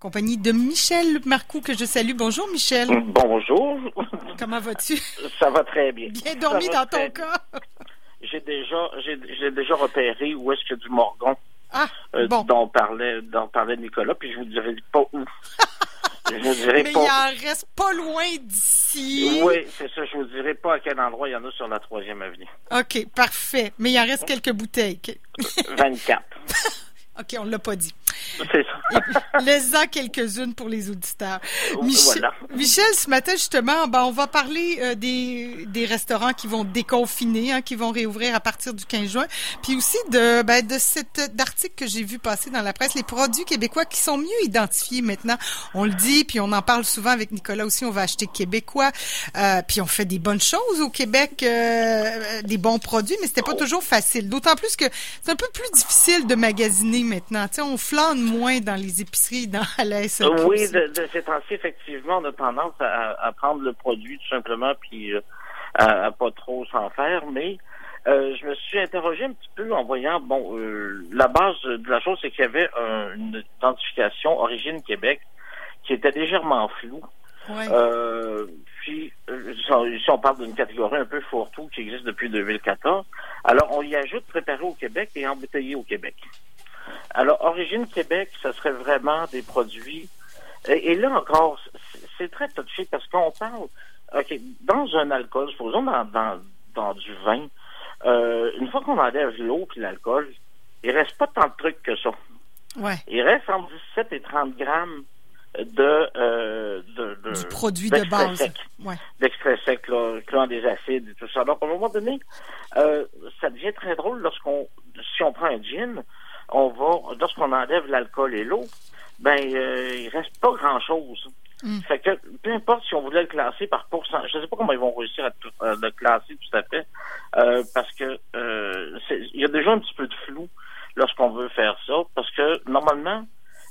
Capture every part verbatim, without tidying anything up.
compagnie de Michel Marcoux, que je salue. Bonjour, Michel. Bonjour. Comment vas-tu? Ça va très bien. Bien dormi dans ton cas? J'ai déjà, j'ai, j'ai déjà repéré où est-ce qu'il y a du morgon. Ah, euh, bon. dont parlait, dont parlait Nicolas, puis je vous dirai pas où. Je vous dirai Mais pas. il en reste pas loin d'ici. Oui, c'est ça. Je vous dirai pas à quel endroit il y en a sur la troisième avenue. OK, parfait. Mais il en reste quelques bouteilles. vingt-quatre. OK, on l'a pas dit. C'est ça. Laisse-en quelques-unes pour les auditeurs. Michel, Voilà. Michel, ce matin, justement, ben, on va parler euh, des, des restaurants qui vont déconfiner, hein, qui vont réouvrir à partir du quinze juin. Puis aussi de, ben, de cet d'article que j'ai vu passer dans la presse, les produits québécois qui sont mieux identifiés maintenant. On le dit, puis on en parle souvent avec Nicolas aussi, on va acheter québécois. Euh, puis on fait des bonnes choses au Québec, euh, des bons produits, mais c'était pas toujours facile. D'autant plus que c'est un peu plus difficile de magasiner maintenant. Tu sais, on flâne moins dans les épiceries, dans la S A Q. Oui, de, de ces temps-ci, effectivement, on a tendance à, à prendre le produit tout simplement, puis euh, à, à pas trop s'en faire, mais euh, je me suis interrogé un petit peu en voyant, bon, euh, la base de la chose, c'est qu'il y avait un, une identification Origine Québec qui était légèrement floue. Ouais. Euh, puis, euh, ici, on parle d'une catégorie un peu fourre-tout qui existe depuis deux mille quatorze. Alors, on y ajoute préparé au Québec et embouteillé au Québec. Alors, Origine Québec, ce serait vraiment des produits... Et, et là encore, c'est, c'est très touché parce qu'on parle... OK, dans un alcool, supposons dans, dans, dans du vin, euh, une fois qu'on enlève l'eau et l'alcool, il reste pas tant de trucs que ça. Ouais. Il reste entre dix-sept et trente grammes de... Euh, de, de du produit de base. Sec, ouais. D'extrait sec, là, incluant des acides et tout ça. Donc, à un moment donné, euh, ça devient très drôle lorsqu'on... Si on prend un gin... on va, lorsqu'on enlève l'alcool et l'eau, ben, euh, il reste pas grand-chose. Mm. Fait que, peu importe si on voulait le classer par pourcent, je sais pas comment ils vont réussir à, tout, à le classer tout à fait, euh, parce que, euh, il y a déjà un petit peu de flou lorsqu'on veut faire ça, parce que, normalement,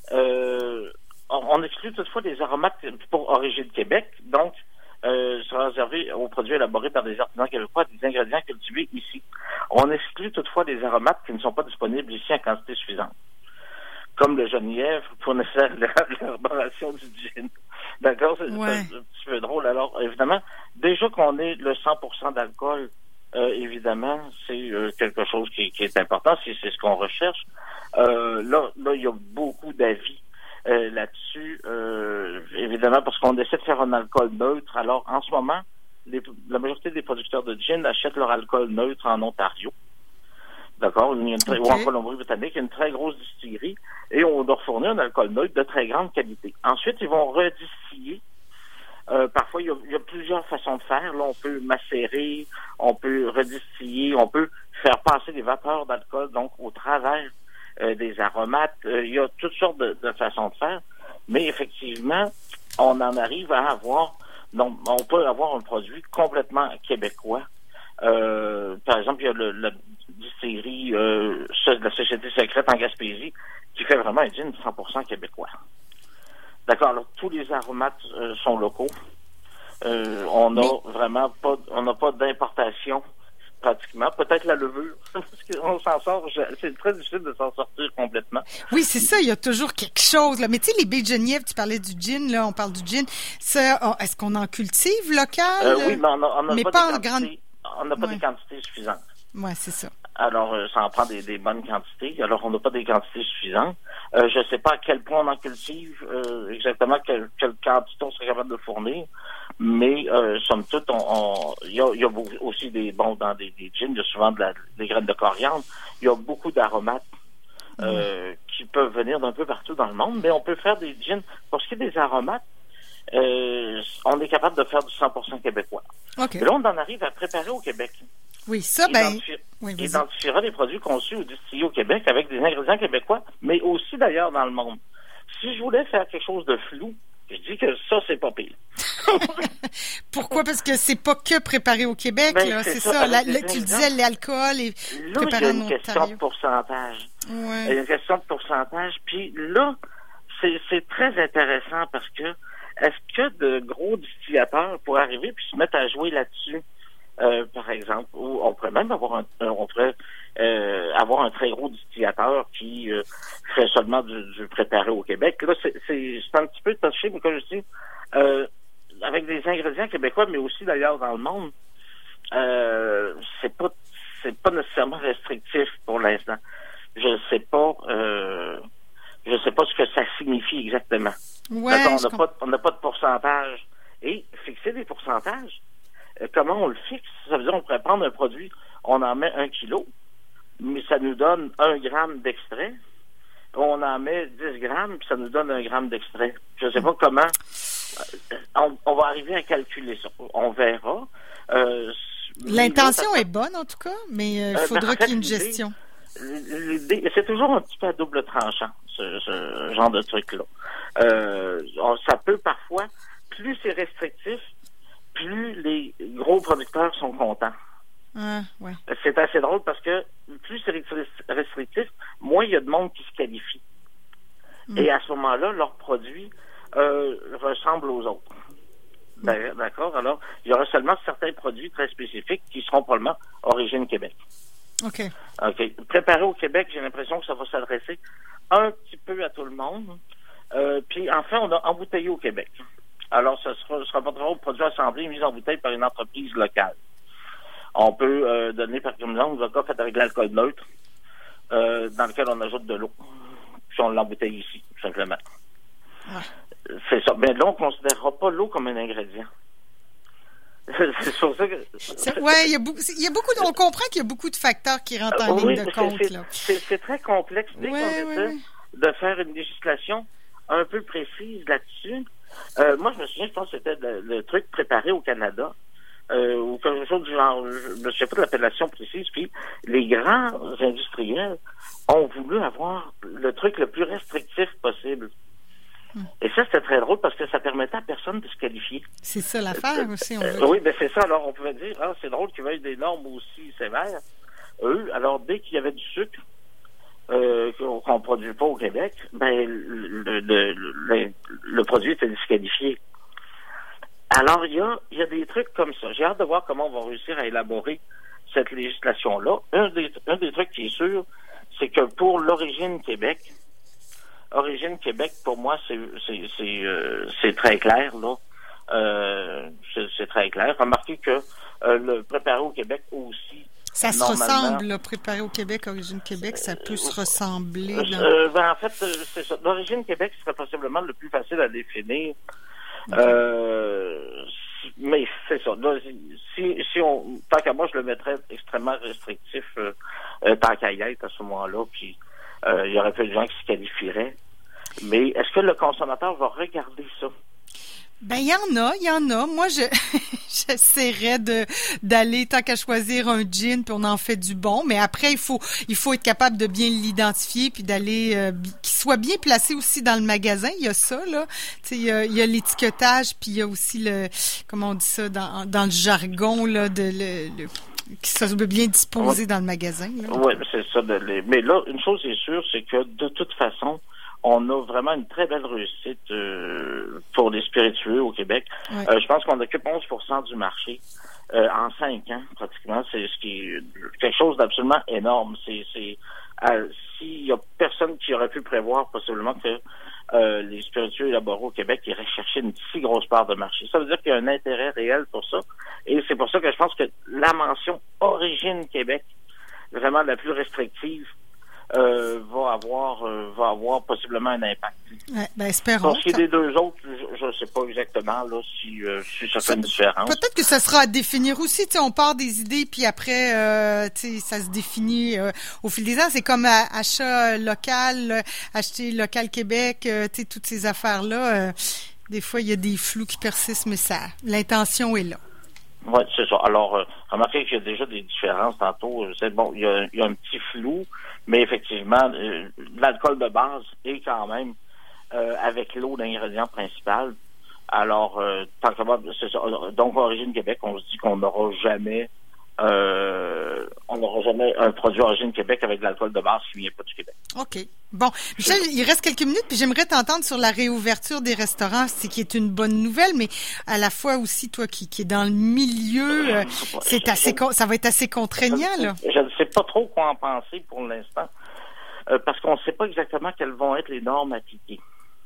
euh, on, on exclut toutefois des aromates pour Origine Québec, donc, Euh, sera réservé aux produits élaborés par des artisans québécois, des ingrédients cultivés ici. On exclut toutefois des aromates qui ne sont pas disponibles ici en quantité suffisante, comme le genièvre pour nécessaire l'élaboration du gin. D'accord? C'est, ouais. c'est un petit peu drôle. Alors, évidemment, déjà qu'on ait le cent pour cent d'alcool, euh, évidemment, c'est euh, quelque chose qui, qui est important, c'est, c'est ce qu'on recherche. Euh, là, là, il y a beaucoup d'avis Euh, là-dessus, euh, évidemment, parce qu'on essaie de faire un alcool neutre. Alors, en ce moment, les, la majorité des producteurs de gin achètent leur alcool neutre en Ontario. D'accord? Il y a une très, okay. Ou en Colombie-Britannique, il y a une très grosse distillerie et on leur fournit un alcool neutre de très grande qualité. Ensuite, ils vont redistiller. Euh, parfois, il y, a, il y a plusieurs façons de faire. Là, on peut macérer, on peut redistiller, on peut faire passer des vapeurs d'alcool, donc au travers Euh, des aromates, euh, il y a toutes sortes de, de façons de faire, mais effectivement, on en arrive à avoir, donc, on peut avoir un produit complètement québécois. Euh, par exemple, il y a le, la distillerie euh, de la Société secrète en Gaspésie qui fait vraiment un gin cent pour cent québécois. D'accord, alors tous les aromates euh, sont locaux. Euh, on n'a vraiment pas, on n'a pas d'importation pratiquement. Peut-être la levure, parce qu'on s'en sort, c'est très difficile de s'en sortir complètement. Oui, c'est ça, il y a toujours quelque chose, là. Mais tu sais, les baies de Genièvre, tu parlais du gin, là, on parle du gin. Ça, oh, est-ce qu'on en cultive local? Euh, oui, mais on n'a mais pas, pas des en grande... on n'a pas ouais. des quantités suffisantes. Oui, c'est ça. Alors, euh, ça en prend des, des bonnes quantités. Alors, on n'a pas des quantités suffisantes. Euh, je ne sais pas à quel point on en cultive, euh, exactement quelle, quelle quantité on serait capable de fournir. Mais, euh, somme toute, on, on, il y a, il y a aussi des, bon, dans des, des gins, il y a souvent de la, des graines de coriandre. Il y a beaucoup d'aromates, euh, mmh. qui peuvent venir d'un peu partout dans le monde. Mais on peut faire des gins. Pour ce qui est des aromates, euh, on est capable de faire du cent pour cent québécois. Okay. Et là, on en arrive à préparer au Québec. Oui, ça, ben... Identifier, oui, identifiera des produits conçus ou distillés au Québec avec des ingrédients québécoois, mais aussi d'ailleurs dans le monde. Si je voulais faire quelque chose de flou, je dis que ça, c'est pas pire. Pourquoi? Parce que c'est pas que préparé au Québec, ben, là, c'est, c'est ça. ça. La, la, tu disais l'alcool et là, préparé il y a une en question de pourcentage. Ouais. Il y a une question de pourcentage. Puis là, c'est, c'est très intéressant parce que est-ce que de gros distillateurs pourraient arriver puis se mettre à jouer là-dessus? euh, par exemple, ou on pourrait même avoir un, on pourrait euh, avoir un très gros distillateur qui euh, fait seulement du, du préparé au Québec. Là, c'est, c'est, c'est un petit peu touché, mais comme je dis, euh, avec des ingrédients québécois, mais aussi d'ailleurs dans le monde, euh, c'est pas c'est pas nécessairement restrictif pour l'instant. Je sais pas euh, je sais pas ce que ça signifie exactement. Ouais, on n'a comp- pas on n'a pas de pourcentage. Et fixer des pourcentages, euh, comment on le fixe? Ça veut dire qu'on pourrait prendre un produit, on en met un kilo, mais ça nous donne un gramme d'extrait. On en met dix grammes, puis ça nous donne un gramme d'extrait. Je ne sais pas comment. euh, On, on va arriver à calculer ça. On verra. Euh, L'intention est bonne, en tout cas, mais il Euh, faudra ben, en fait, qu'il y ait une l'idée- gestion. L'idée, c'est toujours un petit peu à double tranchant, ce, ce genre de truc-là. Euh, on- ça peut parfois, plus c'est restrictif, plus les gros producteurs sont contents. Ah, ouais. C'est assez drôle parce que plus c'est restrictif, moins il y a de monde qui se qualifie. Mm. Et à ce moment-là, leurs produits euh, ressemblent aux autres. Mm. D'accord? Alors, il y aura seulement certains produits très spécifiques qui seront probablement origine Québec. OK. OK. Préparé au Québec, j'ai l'impression que ça va s'adresser un petit peu à tout le monde. Euh, puis, enfin, on a embouteillé au Québec. Alors, ça sera, se rapportera aux produits assemblés et mis en bouteille par une entreprise locale. On peut euh, donner, par exemple, le vodka fait avec de l'alcool neutre, euh, dans lequel on ajoute de l'eau. Puis, on l'embouteille ici, tout simplement. Ah. C'est ça. Mais là, on ne considérera pas l'eau comme un ingrédient. C'est sur ça que... C'est- ouais, il y a beaucoup, il y a beaucoup de- on comprend qu'il y a beaucoup de facteurs qui rentrent en Euh, oui, ligne de c'est- compte, c'est, là. C'est, c'est très complexe. Dès Ouais, qu'on ouais, essaie ouais. de faire une législation un peu précise là-dessus, euh, moi, je me souviens, je pense que c'était le, le truc préparé au Canada, euh, ou quelque chose du genre, je ne sais pas de l'appellation précise, puis les grands industriels ont voulu avoir le truc le plus restrictif possible. Hmm. Et ça, c'était très drôle parce que ça permettait à personne de se qualifier. C'est ça l'affaire aussi. On Euh, veut. oui, ben c'est ça. Alors, on pouvait dire, ah, c'est drôle qu'ils veuillent des normes aussi sévères. Eux, alors, dès qu'il y avait du sucre euh, qu'on ne produit pas au Québec, ben le, le, le, le, le produit était disqualifié. Alors, il y a, il y a des trucs comme ça. J'ai hâte de voir comment on va réussir à élaborer cette législation-là. Un des, un des trucs qui est sûr, c'est que pour l'origine Québec, Origine Québec, pour moi, c'est c'est c'est, euh, c'est très clair, là. Euh, c'est, c'est très clair. Remarquez que euh, le préparé au Québec aussi. Ça se normalement, ressemble, là, préparé au Québec, origine Québec, ça peut se ressembler. Euh, Là. euh, ben, en fait, euh, c'est ça. L'origine Québec serait possiblement le plus facile à définir. Euh, mais c'est ça. Là, si, si on, tant qu'à moi, je le mettrais extrêmement restrictif, euh, euh, tant qu'à y être à ce moment-là, puis euh, il y aurait peu de gens qui se qualifieraient. Mais est-ce que le consommateur va regarder ça? Ben, il y en a, il y en a. Moi, je j'essaierais de d'aller tant qu'à choisir un gin, puis on en fait du bon. Mais après, il faut il faut être capable de bien l'identifier, puis d'aller euh, qu'il soit bien placé aussi dans le magasin. Il y a ça là. Tu sais, il y a, il y a l'étiquetage, puis il y a aussi le comment on dit ça dans dans le jargon là de le, le qui soit bien disposé ouais. dans le magasin. Oui, c'est ça. De les... Mais là, une chose est sûre, c'est que de toute façon, on a vraiment une très belle réussite euh, pour les spiritueux au Québec. Ouais. Euh, je pense qu'on occupe onze pour cent du marché euh, en cinq ans, pratiquement. C'est ce qui est quelque chose d'absolument énorme. C'est, c'est euh, s'il y a personne qui aurait pu prévoir possiblement que euh, les spiritueux élaborés au Québec iraient chercher une si grosse part de marché. Ça veut dire qu'il y a un intérêt réel pour ça. Et c'est pour ça que je pense que la mention Origine Québec, vraiment la plus restrictive, Euh, va avoir euh, va avoir possiblement un impact. Ouais, ben espérons. Pour ce qui est des deux autres, je ne sais pas exactement là si, euh, si ça fait une différence. Peut-être que ça sera à définir aussi. Tu sais, on part des idées, puis après, euh, tu sais, ça se définit euh, au fil des ans. C'est comme à, achat local, euh, acheter local Québec, euh, tu sais, toutes ces affaires-là. Euh, des fois, il y a des flous qui persistent, mais ça, l'intention est là. Oui, c'est ça. Alors, euh, remarquez qu'il y a déjà des différences tantôt. C'est bon, il y a, il y a un petit flou, mais effectivement, euh, l'alcool de base est quand même euh, avec l'eau l'ingrédient principal. Alors, euh, tant que c'est ça. Donc, Origine Québec, on se dit qu'on n'aura jamais euh, on n'aura jamais un produit origine Québec avec de l'alcool de base qui vient pas du Québec. OK. Bon, Michel, il reste quelques minutes, puis j'aimerais t'entendre sur la réouverture des restaurants, c'est qui est une bonne nouvelle, mais à la fois aussi, toi qui, qui est dans le milieu, euh, c'est assez, ça va être assez contraignant, là. Je ne sais pas trop quoi en penser pour l'instant, euh, parce qu'on ne sait pas exactement quelles vont être les normes appliquées.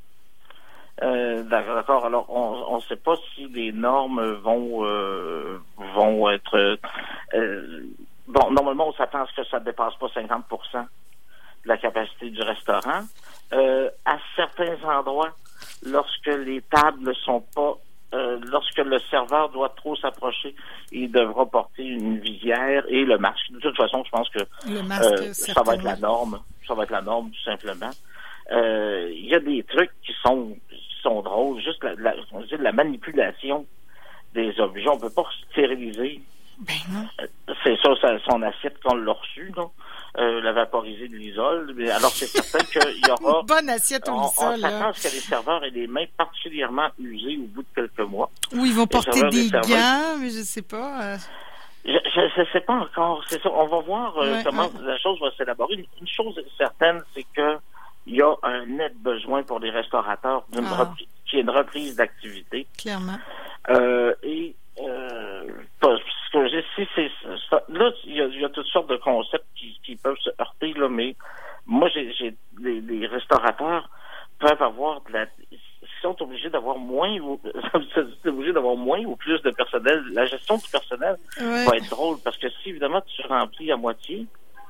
Euh, d'accord. Alors, on ne sait pas si les normes vont euh, vont être euh, bon. Normalement, on s'attend à ce que ça ne dépasse pas cinquante pour cent de la capacité du restaurant. Euh, à certains endroits, lorsque les tables ne sont pas, euh, lorsque le serveur doit trop s'approcher, il devra porter une visière et le masque. De toute façon, je pense que le masque, euh, ça va être la norme. Ça va être la norme, tout simplement. Euh, il y a des trucs qui sont qui sont drôles, juste la, la, on dit, la manipulation des objets. On peut pas stériliser. Ben non. Euh, c'est ça, ça, son assiette qu'on l'a reçu, là. Euh, la vaporiser de l'isole. Mais alors c'est certain qu'il y aura. Une bonne assiette au on, lisol. On s'attend à ce que les serveurs aient les mains particulièrement usées au bout de quelques mois. Ou ils vont porter des gants, mais je sais pas. Euh... Je ne sais pas encore. C'est ça. On va voir euh, ouais, comment ouais. la chose va s'élaborer. Une, une chose est certaine, c'est que il y a un net besoin pour les restaurateurs d'une ah. reprise, qui est une reprise d'activité. Clairement. Euh, et euh, ce que j'ai si c'est ça, là, il y, a, il y a toutes sortes de concepts qui, qui peuvent se heurter là, mais moi j'ai, j'ai les, les restaurateurs peuvent avoir de la ils sont obligés d'avoir moins ou sont obligés d'avoir moins ou plus de personnel. La gestion du personnel ouais. va être drôle parce que si évidemment tu remplis à moitié,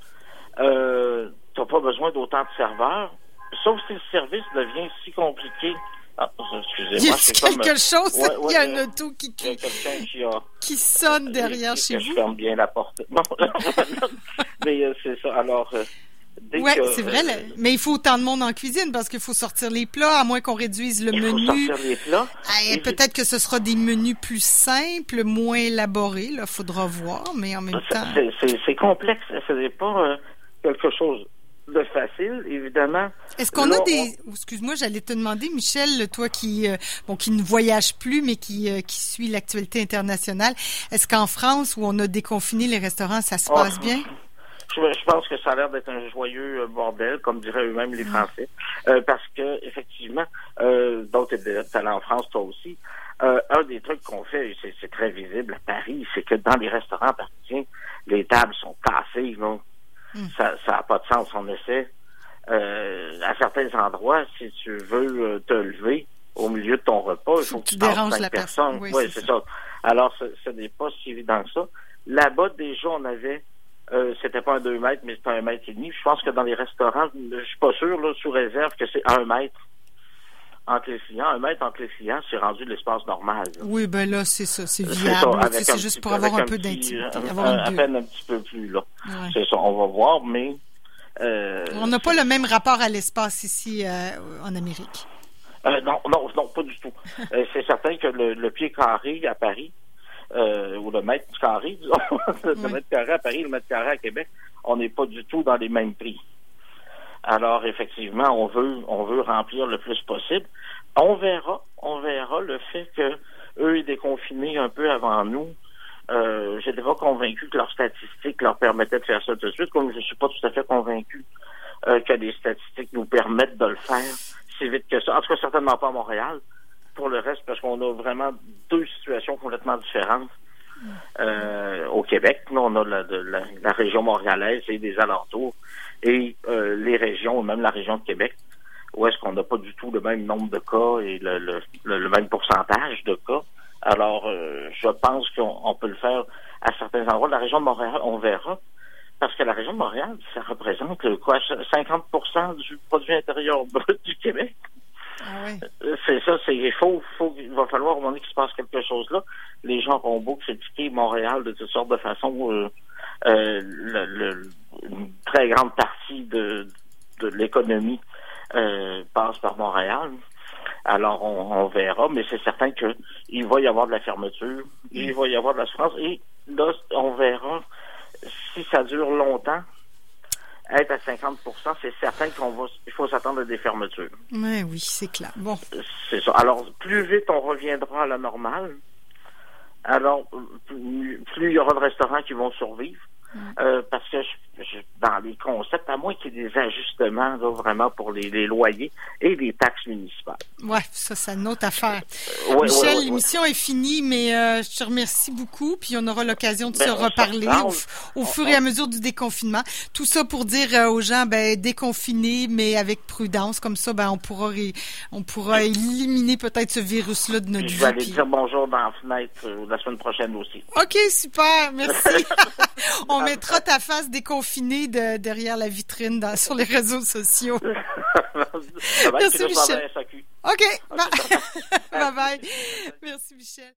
euh, tu n'as pas besoin d'autant de serveurs. Sauf si le service devient si compliqué. Ah, excusez-moi. Il y a c'est quelque comme, chose, ouais, ouais, il y a euh, un auto qui, qui, il y a quelqu'un qui, a, qui sonne derrière euh, chez que vous. Je ferme bien la porte. Non, mais euh, c'est ça. Alors, euh, dès ouais, que, c'est vrai. Euh, le... Mais il faut autant de monde en cuisine parce qu'il faut sortir les plats, à moins qu'on réduise le il menu. Il faut sortir les plats. Ah, peut-être que ce sera des menus plus simples, moins élaborés. Là, faudra voir, mais en même c'est, temps... C'est, c'est, c'est complexe. Ce n'est pas euh, quelque chose de facile, évidemment. Est-ce qu'on là, a des... On... Excuse-moi, j'allais te demander, Michel, toi qui euh, bon qui ne voyage plus, mais qui, euh, qui suit l'actualité internationale, est-ce qu'en France, où on a déconfiné les restaurants, ça se passe oh, bien? Je, je pense que ça a l'air d'être un joyeux bordel, comme diraient eux-mêmes les Français. Euh, parce que, effectivement, euh, donc tu es allé en France, toi aussi, euh, un des trucs qu'on fait, c'est, c'est très visible à Paris, c'est que dans les restaurants parisiens, les tables sont cassées, là. Mm. Ça n'a pas de sens, on essaie. Euh, à certains endroits, si tu veux euh, te lever au milieu de ton repas, il faut que tu déranges cinq la personnes. Oui, oui, c'est, c'est ça. ça. Alors, ce, ce n'est pas si évident que ça. Là-bas, déjà, on avait, euh, c'était pas un deux mètres, mais c'était un mètre et demi. Je pense que dans les restaurants, je suis pas sûr, là, sous réserve, que c'est un mètre entre les clients. Un mètre entre les clients, c'est rendu l'espace normal. Là. Oui, ben là, c'est ça, c'est viable. C'est, ça, c'est juste pour avoir un peu petit, d'intimité. Un, avoir un, une à peine un petit peu plus, là. Ouais. C'est ça, on va voir, mais... Euh, on n'a pas le même rapport à l'espace ici euh, en Amérique. Euh, non, non, non, pas du tout. euh, c'est certain que le, le pied carré à Paris, euh, ou le mètre carré, disons, le oui. mètre carré à Paris, le mètre carré à Québec, on n'est pas du tout dans les mêmes prix. Alors, effectivement, on veut, on veut remplir le plus possible. On verra, on verra le fait que eux aient déconfiné un peu avant nous. Euh, j'étais pas convaincu que leurs statistiques leur permettaient de faire ça tout de suite, comme je suis pas tout à fait convaincu euh, que les statistiques nous permettent de le faire si vite que ça. En tout cas, certainement pas à Montréal. Pour le reste, parce qu'on a vraiment deux situations complètement différentes. Euh, au Québec, là, on a la, de, la, la région montréalaise et des alentours, et euh, les régions, même la région de Québec, où est-ce qu'on n'a pas du tout le même nombre de cas et le, le, le, le même pourcentage de cas. Alors, euh, je pense qu'on on peut le faire à certains endroits. La région de Montréal, on verra, parce que la région de Montréal, ça représente quoi, cinquante pour cent du produit intérieur brut du Québec. Ah oui. C'est ça, c'est il faut, faut, il va falloir au moment qu'il se passe quelque chose là. Les gens auront beau critiquer Montréal de toutes sortes de façons. Euh, euh, le, le, une très grande partie de, de l'économie euh, passe par Montréal. Alors on, on verra, mais c'est certain que il va y avoir de la fermeture, il va y avoir de la souffrance, et là on verra si ça dure longtemps. Être à cinquante pour cent, c'est certain qu'on va, il faut s'attendre à des fermetures. Oui, oui, c'est clair. Bon. C'est ça. Alors, plus vite on reviendra à la normale, Alors, plus, plus il y aura de restaurants qui vont survivre, mm. euh, parce que je, je, dans les concepts, à moins qu'il y ait des ajustements là, vraiment pour les, les loyers et les taxes municipales. Ouais, ça, c'est une autre affaire. Euh, ouais, Michel, ouais, ouais, l'émission ouais. est finie, mais euh, je te remercie beaucoup, puis on aura l'occasion de ben, se reparler au, au on, fur on, et à mesure du déconfinement. Tout ça pour dire euh, aux gens, ben déconfiner, mais avec prudence, comme ça, ben on pourra ré, on pourra éliminer peut-être ce virus-là de notre vie. Je vais aller puis... dire bonjour dans la fenêtre euh, la semaine prochaine aussi. OK, super, merci. On mettra ta face déconfinée de, derrière la vitrine dans, sur les réseaux sociaux. Ça va merci, être Michel. S A Q. OK, bye bye. Merci, Michel.